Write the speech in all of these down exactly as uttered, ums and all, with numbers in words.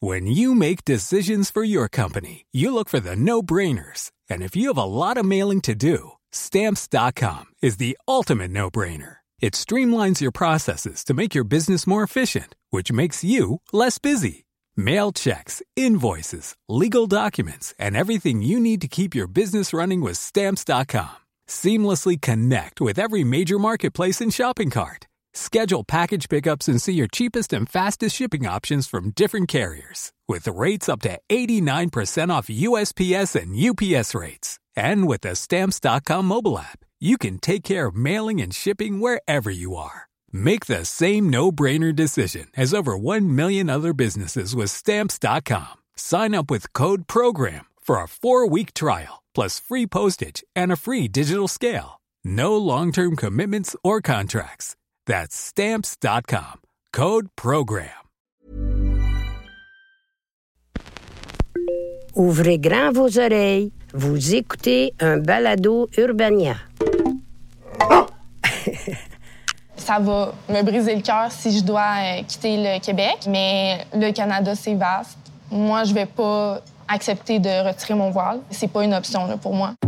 When you make decisions for your company, you look for the no-brainers. And if you have a lot of mailing to do, Stamps dot com is the ultimate no-brainer. It streamlines your processes to make your business more efficient, which makes you less busy. Mail checks, invoices, legal documents, and everything you need to keep your business running with Stamps dot com. Seamlessly connect with every major marketplace and shopping cart. Schedule package pickups and see your cheapest and fastest shipping options from different carriers. With rates up to eighty-nine percent off U S P S and U P S rates. And with the Stamps dot com mobile app, you can take care of mailing and shipping wherever you are. Make the same no-brainer decision as over one million other businesses with Stamps dot com. Sign up with code PROGRAM for a four-week trial, plus free postage and a free digital scale. No long-term commitments or contracts. That's Stamps dot com. Code PROGRAM. Ouvrez grand vos oreilles. Vous écoutez un balado Urbania. Ça va me briser le cœur si je dois euh, quitter le Québec, mais le Canada, c'est vaste. Moi, je vais pas accepter de retirer mon voile. C'est pas une option là, pour moi.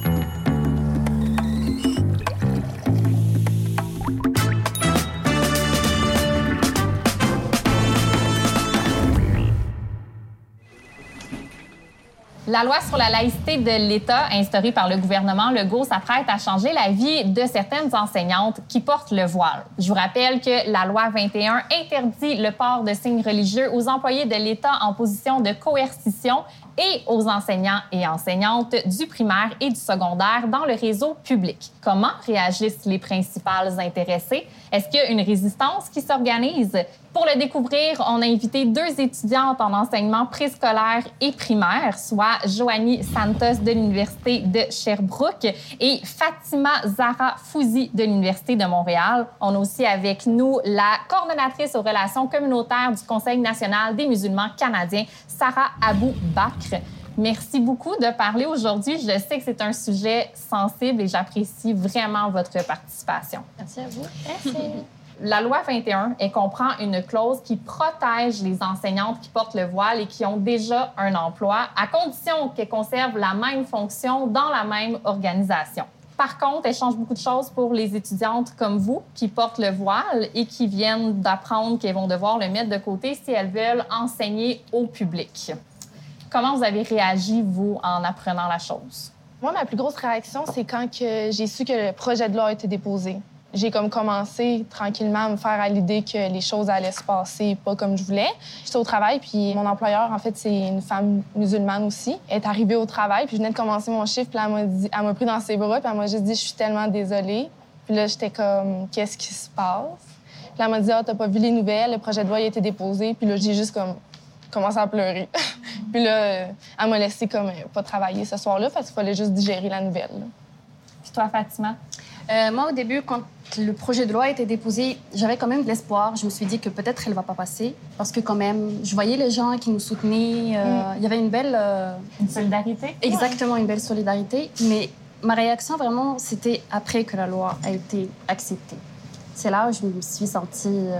La loi sur la laïcité de l'État, instaurée par le gouvernement Legault, s'apprête à changer la vie de certaines enseignantes qui portent le voile. Je vous rappelle que la loi vingt et un interdit le port de signes religieux aux employés de l'État en position de coercition et aux enseignants et enseignantes du primaire et du secondaire dans le réseau public. Comment réagissent les principales intéressées? Est-ce qu'il y a une résistance qui s'organise? Pour le découvrir, on a invité deux étudiantes en enseignement préscolaire et primaire, soit Joanie Santos de l'Université de Sherbrooke et Fatima Zahra Fouzi de l'Université de Montréal. On a aussi avec nous la coordonnatrice aux relations communautaires du Conseil national des musulmans canadiens, Sarah Abou Bakr. Merci beaucoup de parler aujourd'hui. Je sais que c'est un sujet sensible et j'apprécie vraiment votre participation. Merci à vous. Merci. La loi vingt et un, elle comprend une clause qui protège les enseignantes qui portent le voile et qui ont déjà un emploi, à condition qu'elles conservent la même fonction dans la même organisation. Par contre, elle change beaucoup de choses pour les étudiantes comme vous qui portent le voile et qui viennent d'apprendre qu'elles vont devoir le mettre de côté si elles veulent enseigner au public. Comment vous avez réagi, vous, en apprenant la chose? Moi, ma plus grosse réaction, c'est quand que j'ai su que le projet de loi a été déposé. J'ai comme commencé tranquillement à me faire à l'idée que les choses allaient se passer pas comme je voulais. J'étais au travail, puis mon employeur, en fait, c'est une femme musulmane aussi. Elle est arrivée au travail, puis je venais de commencer mon chiffre, puis elle m'a dit, elle m'a pris dans ses bras, puis elle m'a juste dit « Je suis tellement désolée ». Puis là, j'étais comme « Qu'est-ce qui se passe? » Puis elle m'a dit « Ah, t'as pas vu les nouvelles, le projet de loi a été déposé. » Puis là, j'ai juste comme commencé à pleurer. Puis là, elle m'a laissé comme pas travailler ce soir-là, parce qu'il fallait juste digérer la nouvelle. Là. Puis toi, Fatima? Euh, moi, au début, quand le projet de loi a été déposé, j'avais quand même de l'espoir. Je me suis dit que peut-être elle ne va pas passer. Parce que quand même, je voyais les gens qui nous soutenaient. Euh, mm. Il y avait une belle... Euh... Une solidarité? Exactement, une belle solidarité. Mais ma réaction, vraiment, c'était après que la loi a été acceptée. C'est là où je me suis sentie euh,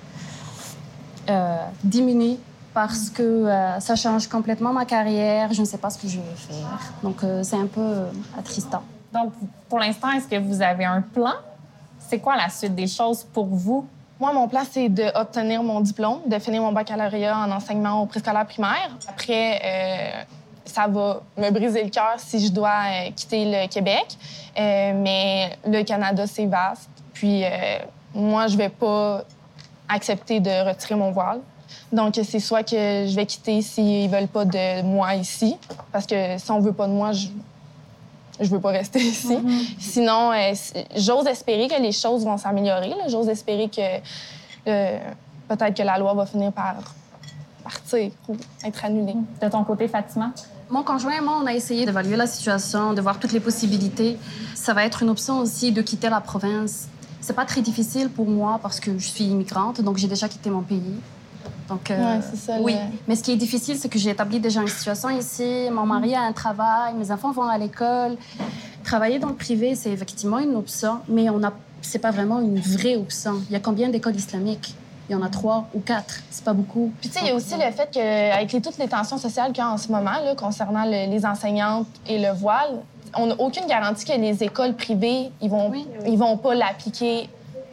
euh, diminuée parce que euh, ça change complètement ma carrière. Je ne sais pas ce que je vais faire. Donc, euh, c'est un peu euh, attristant. Donc, pour l'instant, est-ce que vous avez un plan? C'est quoi la suite des choses pour vous? Moi, mon plan, c'est d'obtenir mon diplôme, de finir mon baccalauréat en enseignement au préscolaire primaire. Après, euh, ça va me briser le cœur si je dois euh, quitter le Québec. Euh, mais le Canada, c'est vaste. Puis, euh, moi, je vais pas accepter de retirer mon voile. Donc, c'est soit que je vais quitter s'ils veulent pas de moi ici. Parce que si on veut pas de moi, je... Je veux pas rester ici. Mm-hmm. Sinon, euh, j'ose espérer que les choses vont s'améliorer. Là. J'ose espérer que euh, peut-être que la loi va finir par partir ou être annulée. De ton côté, Fatima? Mon conjoint et moi, on a essayé d'évaluer la situation, de voir toutes les possibilités. Ça va être une option aussi de quitter la province. C'est pas très difficile pour moi parce que je suis immigrante, donc j'ai déjà quitté mon pays. Donc, euh, ouais, c'est ça, oui. Le... Mais ce qui est difficile, c'est que j'ai établi déjà une situation ici. Mon mari a un travail, mes enfants vont à l'école. Travailler dans le privé, c'est effectivement une option, mais on a... c'est pas vraiment une vraie option. Il y a combien d'écoles islamiques? Il y en a trois ou quatre. C'est pas beaucoup. Puis, tu sais, il y a aussi le fait qu'avec les, toutes les tensions sociales qu'il y a en ce moment, là, concernant le, les enseignantes et le voile, on n'a aucune garantie que les écoles privées, ils vont, oui, oui. ils vont pas l'appliquer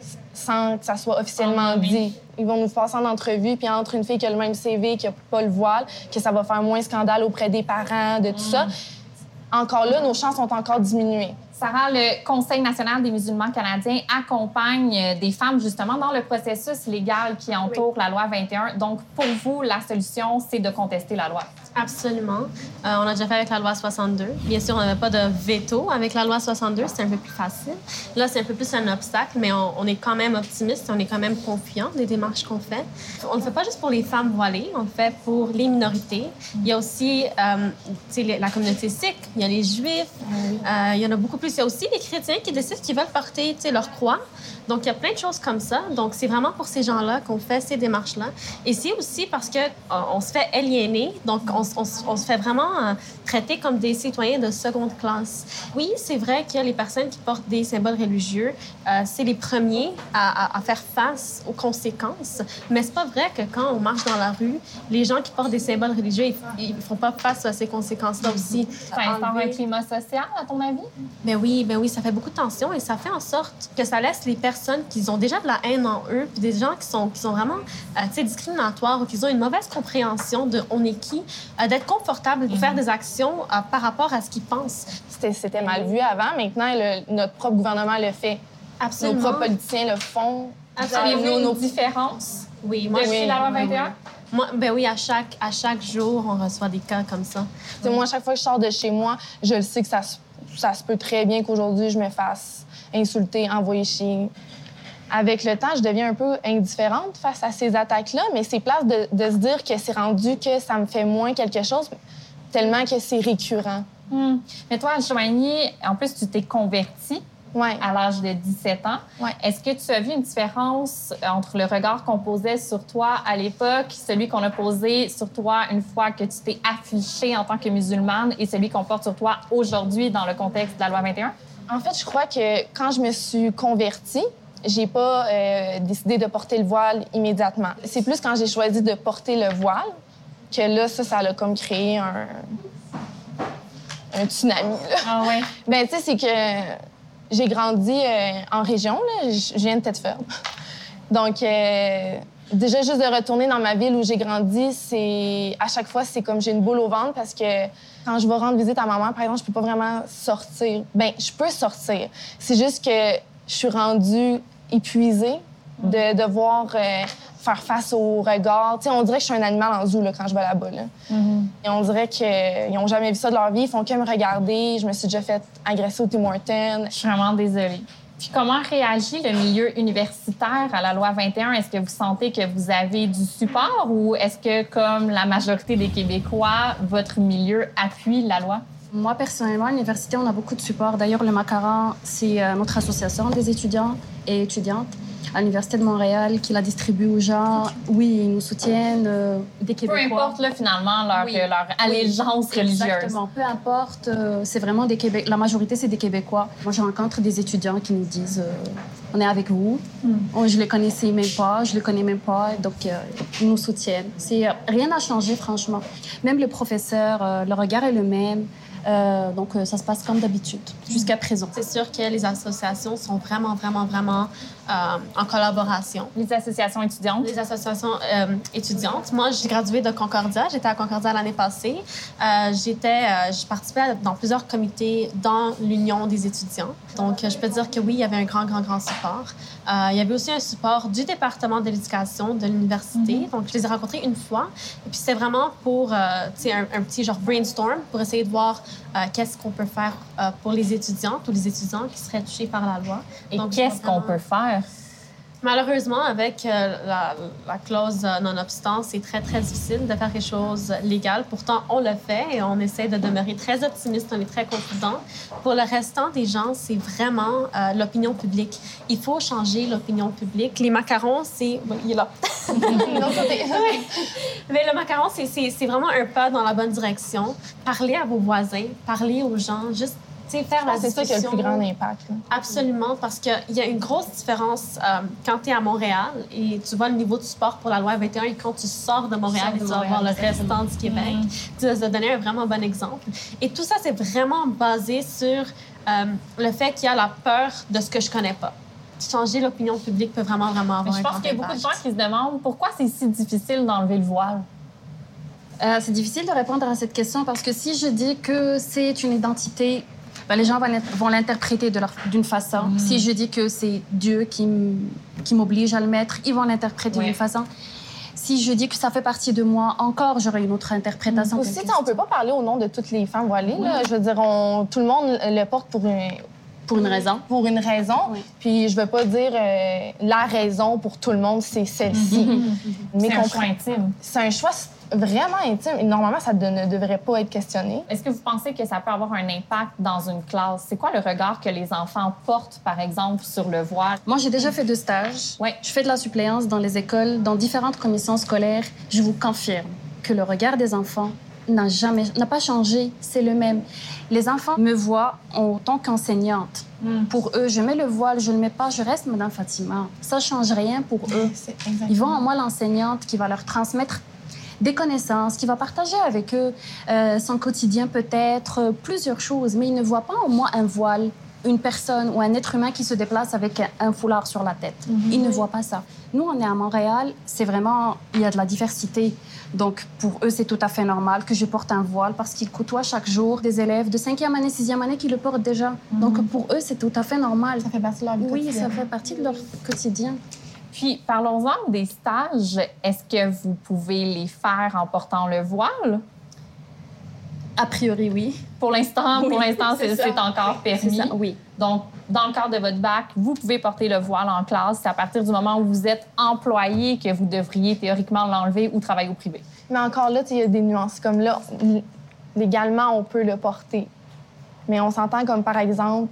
sans que ça soit officiellement Ah, oui. dit. Ils vont nous passer en entrevue, puis entre une fille qui a le même C V, qui n'a pas le voile, que ça va faire moins scandale auprès des parents, de tout mm. ça. Encore là, nos chances sont encore diminuées. Sarah, le Conseil national des musulmans canadiens accompagne des femmes justement dans le processus légal qui entoure oui. la loi vingt et un. Donc, pour vous, la solution, c'est de contester la loi. Absolument. Euh, on a déjà fait avec la loi soixante-deux. Bien sûr, on n'avait pas de veto avec la loi soixante-deux. C'était un peu plus facile. Là, c'est un peu plus un obstacle, mais on, on est quand même optimiste. On est quand même confiant des démarches qu'on fait. On ne le fait pas juste pour les femmes voilées. On le fait pour les minorités. Il y a aussi euh, la communauté sikh. Il y a les Juifs. Euh, il y en a beaucoup plus. Il y a aussi les chrétiens qui décident qu'ils veulent porter leur croix. Donc, il y a plein de choses comme ça. Donc, c'est vraiment pour ces gens-là qu'on fait ces démarches-là. Et c'est aussi parce qu'on euh, se fait aliéner. Donc, on, on, on se fait vraiment euh, traiter comme des citoyens de seconde classe. Oui, c'est vrai qu'il y a les personnes qui portent des symboles religieux. Euh, c'est les premiers à, à, à faire face aux conséquences. Mais c'est pas vrai que quand on marche dans la rue, les gens qui portent des symboles religieux, ils ne font pas face à ces conséquences-là aussi. Ça instaure un climat social, à ton avis? Ben oui, ben oui, ça fait beaucoup de tension et ça fait en sorte que ça laisse les personnes qui ont déjà de la haine en eux, puis des gens qui sont, qui sont vraiment euh, discriminatoires ou qui ont une mauvaise compréhension de on est qui, euh, d'être confortable pour faire des actions euh, par rapport à ce qu'ils pensent. C'était, c'était mal vu avant. Maintenant, le, notre propre gouvernement le fait. Absolument. Nos propres politiciens le font. Avez-vous nos différences? Oui, moi, depuis oui, la loi vingt et un? Oui, oui. Moi, ben oui, à chaque, à chaque jour, on reçoit des cas comme ça. Oui. Moi, à chaque fois que je sors de chez moi, je le sais que ça, ça se peut très bien qu'aujourd'hui, je me fasse insulter, envoyer chier. Avec le temps, je deviens un peu indifférente face à ces attaques-là, mais c'est place de, de se dire que c'est rendu que ça me fait moins quelque chose, tellement que c'est récurrent. Hum. Mais toi, Joanie, en plus, tu t'es convertie ouais. à l'âge de dix-sept ans. Ouais. Est-ce que tu as vu une différence entre le regard qu'on posait sur toi à l'époque, celui qu'on a posé sur toi une fois que tu t'es affichée en tant que musulmane, et celui qu'on porte sur toi aujourd'hui dans le contexte de la loi vingt et un? En fait, je crois que quand je me suis convertie, j'ai pas euh, décidé de porter le voile immédiatement. C'est plus quand j'ai choisi de porter le voile que là, ça, ça a comme créé un, un tsunami. Là. Ah ouais? Ben, tu sais, c'est que j'ai grandi euh, en région, là. Je viens de Tête-Ferme. Donc, euh, déjà, juste de retourner dans ma ville où j'ai grandi, c'est... À chaque fois, c'est comme j'ai une boule au ventre parce que quand je vais rendre visite à ma mère, par exemple, je peux pas vraiment sortir. Ben, je peux sortir. C'est juste que je suis rendue épuisée de devoir euh, faire face au regard. Tu sais, on dirait que je suis un animal en zoo là, quand je vais là-bas. Là. Mm-hmm. Et on dirait qu'ils n'ont jamais vu ça de leur vie. Ils font que me regarder. Je me suis déjà fait agresser au Tim Hortons. Je suis vraiment désolée. Puis comment réagit le milieu universitaire à la loi vingt et un? Est-ce que vous sentez que vous avez du support ou est-ce que, comme la majorité des Québécois, votre milieu appuie la loi? Moi, personnellement, à l'université, on a beaucoup de support. D'ailleurs, le Macaron, c'est euh, notre association des étudiants et étudiantes à l'Université de Montréal qui la distribue aux gens. Oui, ils nous soutiennent, euh, des Québécois. Peu importe, là, finalement, leur, oui. euh, leur allégeance oui, religieuse. Exactement. Peu importe, euh, c'est vraiment des Québécois. La majorité, c'est des Québécois. Moi, je rencontre des étudiants qui nous disent euh, on est avec vous. Mm. Oh, je les connaissais même pas, je les connais même pas. Donc, euh, ils nous soutiennent. C'est, euh, rien n'a changé, franchement. Même le professeur, euh, le regard est le même. Euh, donc, euh, ça se passe comme d'habitude, jusqu'à présent. C'est sûr que les associations sont vraiment, vraiment, vraiment euh, en collaboration. Les associations étudiantes? Les associations euh, étudiantes. Moi, j'ai gradué de Concordia. J'étais à Concordia l'année passée. Euh, j'étais, euh, j'ai participé dans plusieurs comités dans l'Union des étudiants. Donc, je peux dire que oui, il y avait un grand, grand, grand support. Euh, il y avait aussi un support du département de l'éducation de l'université. Mm-hmm. Donc, je les ai rencontrés une fois. Et puis, c'était vraiment pour, euh, tu sais, un, un petit genre brainstorm pour essayer de voir Euh, qu'est-ce qu'on peut faire euh, pour les étudiantes ou les étudiants qui seraient touchés par la loi. Et donc, qu'est-ce vraiment... qu'on peut faire? Malheureusement, avec euh, la, la clause euh, non-obstant, c'est très, très difficile de faire quelque chose légal. Pourtant, on le fait et on essaie de demeurer très optimiste, on est très confident. Pour le restant des gens, c'est vraiment euh, l'opinion publique. Il faut changer l'opinion publique. Les macarons, c'est... Bon, il est là. Mais le macaron, c'est, c'est, c'est vraiment un pas dans la bonne direction. Parlez à vos voisins, parlez aux gens, juste Tu sais, faire la C'est ça qui a le plus grand impact. Là. Absolument, parce qu'il y a une grosse différence euh, quand tu es à Montréal et tu vois le niveau du sport pour la loi vingt et un et quand tu sors de Montréal et tu vas voir le restant du Québec. Mm. Tu nous as donné un vraiment bon exemple. Et tout ça, c'est vraiment basé sur euh, le fait qu'il y a la peur de ce que je connais pas. Changer l'opinion publique peut vraiment, vraiment avoir Mais un je pense qu'il y a beaucoup de gens qui se demandent pourquoi c'est si difficile d'enlever le voile. Euh, c'est difficile de répondre à cette question parce que si je dis que c'est une identité, ben, les gens vont l'interpréter de leur, d'une façon. Mmh. Si je dis que c'est Dieu qui m'oblige à le mettre, ils vont l'interpréter oui. d'une façon. Si je dis que ça fait partie de moi, encore, j'aurai une autre interprétation. Mmh. Aussi, on ne peut pas parler au nom de toutes les femmes voilées. Oui. Là. Je veux dire, on, tout le monde le porte pour une... Pour une raison. Pour une raison. Oui. Puis je veux pas dire euh, la raison pour tout le monde, c'est celle-ci. Mmh. Mais c'est un choix intime. C'est un choix vraiment intime. Et normalement, ça ne devrait pas être questionné. Est-ce que vous pensez que ça peut avoir un impact dans une classe? C'est quoi le regard que les enfants portent, par exemple, sur le voile? Moi, j'ai déjà fait deux stages. Oui. Je fais de la suppléance dans les écoles, dans différentes commissions scolaires. Je vous confirme que le regard des enfants n'a jamais, n'a pas changé. C'est le même. Les enfants me voient en tant qu'enseignante. Mm. Pour eux, je mets le voile, je ne le mets pas, je reste Madame Fatima. Ça ne change rien pour eux. Ils voient en moi l'enseignante qui va leur transmettre des connaissances, qui va partager avec eux euh, son quotidien peut-être, euh, plusieurs choses. Mais ils ne voient pas en moi un voile, une personne ou un être humain qui se déplace avec un, un foulard sur la tête. Mm-hmm. Ils ne voient pas ça. Nous, on est à Montréal, c'est vraiment... Il y a de la diversité. Donc, pour eux, c'est tout à fait normal que je porte un voile parce qu'ils côtoient chaque jour des élèves de cinquième année, sixième année qui le portent déjà. Mm-hmm. Donc, pour eux, c'est tout à fait normal. Ça fait partie de leur vie Oui, quotidienne. ça fait partie de leur quotidien. Puis, parlons-en des stages. Est-ce que vous pouvez les faire en portant le voile? A priori, oui. Pour l'instant, oui, pour l'instant, c'est, c'est encore permis. Ça, oui. Donc, dans le cadre de votre bac, vous pouvez porter le voile en classe. C'est à partir du moment où vous êtes employé que vous devriez théoriquement l'enlever ou travailler au privé. Mais encore là, il y a des nuances. Comme là, légalement, on peut le porter. Mais on s'entend comme, par exemple,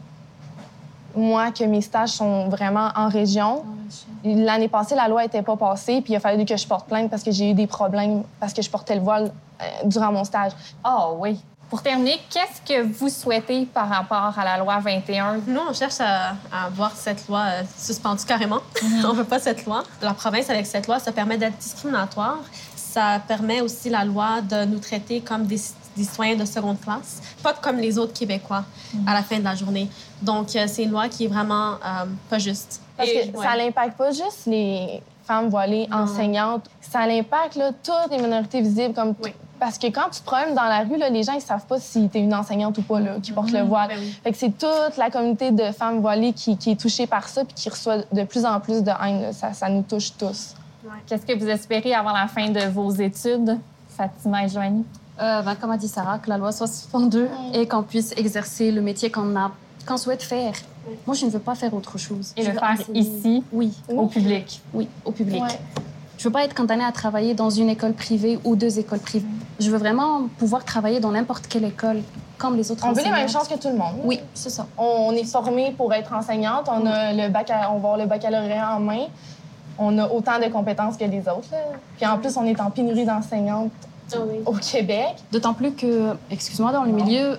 moi, que mes stages sont vraiment en région. L'année passée, la loi n'était pas passée, puis il a fallu que je porte plainte parce que j'ai eu des problèmes parce que je portais le voile euh, durant mon stage. Ah oh, oui. Pour terminer, qu'est-ce que vous souhaitez par rapport à la loi vingt et un? Nous, on cherche à, à voir cette loi euh, suspendue carrément. Mm-hmm. On veut pas cette loi. La province, avec cette loi, ça permet d'être discriminatoire. Ça permet aussi, la loi, de nous traiter comme des, des citoyens de seconde classe, pas comme les autres Québécois mm-hmm. à la fin de la journée. Donc, euh, c'est une loi qui est vraiment euh, pas juste. Parce que Et, ça n'impacte pas juste les femmes voilées, non. enseignantes. Ça impacte là, toutes les minorités visibles. Comme oui. Parce que quand tu te promènes dans la rue, là, les gens ne savent pas si tu es une enseignante ou pas là, qui porte mmh, le voile. Ben oui. Fait que c'est toute la communauté de femmes voilées qui, qui est touchée par ça puis qui reçoit de plus en plus de haine. Ça, ça nous touche tous. Ouais. Qu'est-ce que vous espérez avant la fin de vos études, Fatima et Joanie? Euh, ben, comme a dit Sarah, que la loi soit suspendue mmh. et qu'on puisse exercer le métier qu'on a, qu'on souhaite faire. Mmh. Moi, je ne veux pas faire autre chose. Et je le faire enseigner... ici, oui. au public? Oui, au public. Ouais. Je ne veux pas être condamnée à travailler dans une école privée ou deux écoles privées. Je veux vraiment pouvoir travailler dans n'importe quelle école, comme les autres on enseignantes. On veut les mêmes chances que tout le monde. Oui, c'est ça. On est formé pour être enseignante. On, a le bac à... on va avoir le baccalauréat en main. On a autant de compétences que les autres. Là. Puis en plus, on est en pénurie d'enseignantes oh oui. au Québec. D'autant plus que, excuse-moi, dans le milieu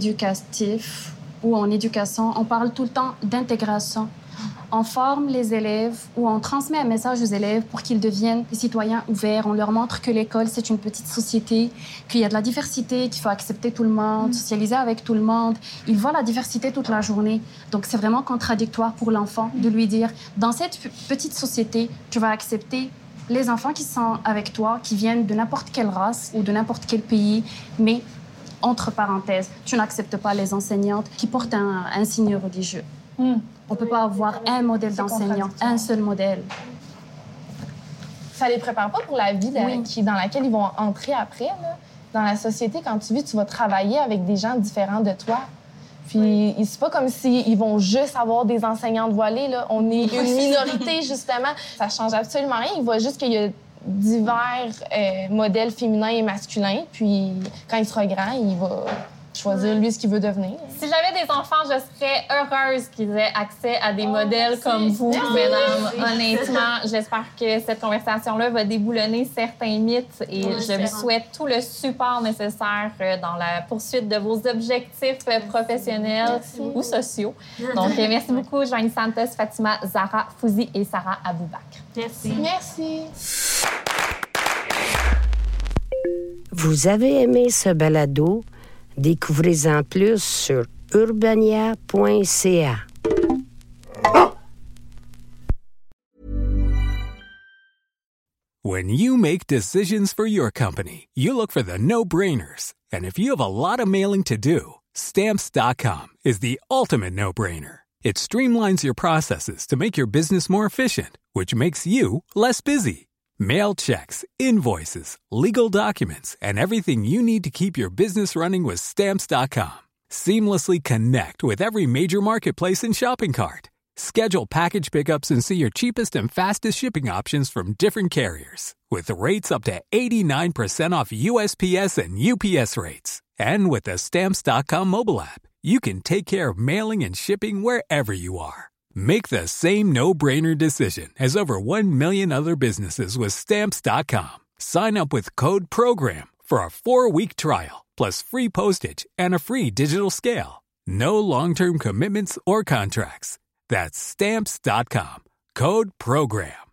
éducatif ou en éducation, on parle tout le temps d'intégration. On forme les élèves ou on transmet un message aux élèves pour qu'ils deviennent des citoyens ouverts. On leur montre que l'école, c'est une petite société, qu'il y a de la diversité, qu'il faut accepter tout le monde, socialiser avec tout le monde. Ils voient la diversité toute la journée. Donc, c'est vraiment contradictoire pour l'enfant de lui dire, dans cette petite société, tu vas accepter les enfants qui sont avec toi, qui viennent de n'importe quelle race ou de n'importe quel pays, mais, entre parenthèses, tu n'acceptes pas les enseignantes qui portent un, un signe religieux. Mm. On ne peut pas avoir un modèle d'enseignant, un seul modèle. Ça les prépare pas pour la vie de, oui. qui, dans laquelle ils vont entrer après. Là. Dans la société, quand tu vis, tu vas travailler avec des gens différents de toi. Puis oui. c'est pas comme s'ils vont juste avoir des enseignantes voilées. Là. On est une minorité, justement. Ça change absolument rien. Il voit juste qu'il y a divers euh, modèles féminins et masculins. Puis quand il sera grand, il va choisir lui ce qu'il veut devenir. Si j'avais des enfants, je serais heureuse qu'ils aient accès à des oh, modèles merci. Comme vous, merci. Mesdames. Merci. Honnêtement, j'espère que cette conversation-là va déboulonner certains mythes et oh, je vous souhaite tout le support nécessaire dans la poursuite de vos objectifs professionnels merci. Ou sociaux. Donc, merci beaucoup, Joanie Santos, Fatima Zahra Fouzi et Sarah Aboubakr. Merci. Merci. Vous avez aimé ce balado? Découvrez-en plus sur urbania point c a. When you make decisions for your company, you look for the no-brainers. And if you have a lot of mailing to do, Stamps dot com is the ultimate no-brainer. It streamlines your processes to make your business more efficient, which makes you less busy. Mail checks, invoices, legal documents, and everything you need to keep your business running with Stamps dot com. Seamlessly connect with every major marketplace and shopping cart. Schedule package pickups and see your cheapest and fastest shipping options from different carriers, with rates up to eighty-nine percent off U S P S and U P S rates. And with the Stamps dot com mobile app, you can take care of mailing and shipping wherever you are. Make the same no-brainer decision as over one million other businesses with Stamps dot com. Sign up with code PROGRAM for a four-week trial, plus free postage and a free digital scale. No long-term commitments or contracts. That's Stamps dot com. Code PROGRAM.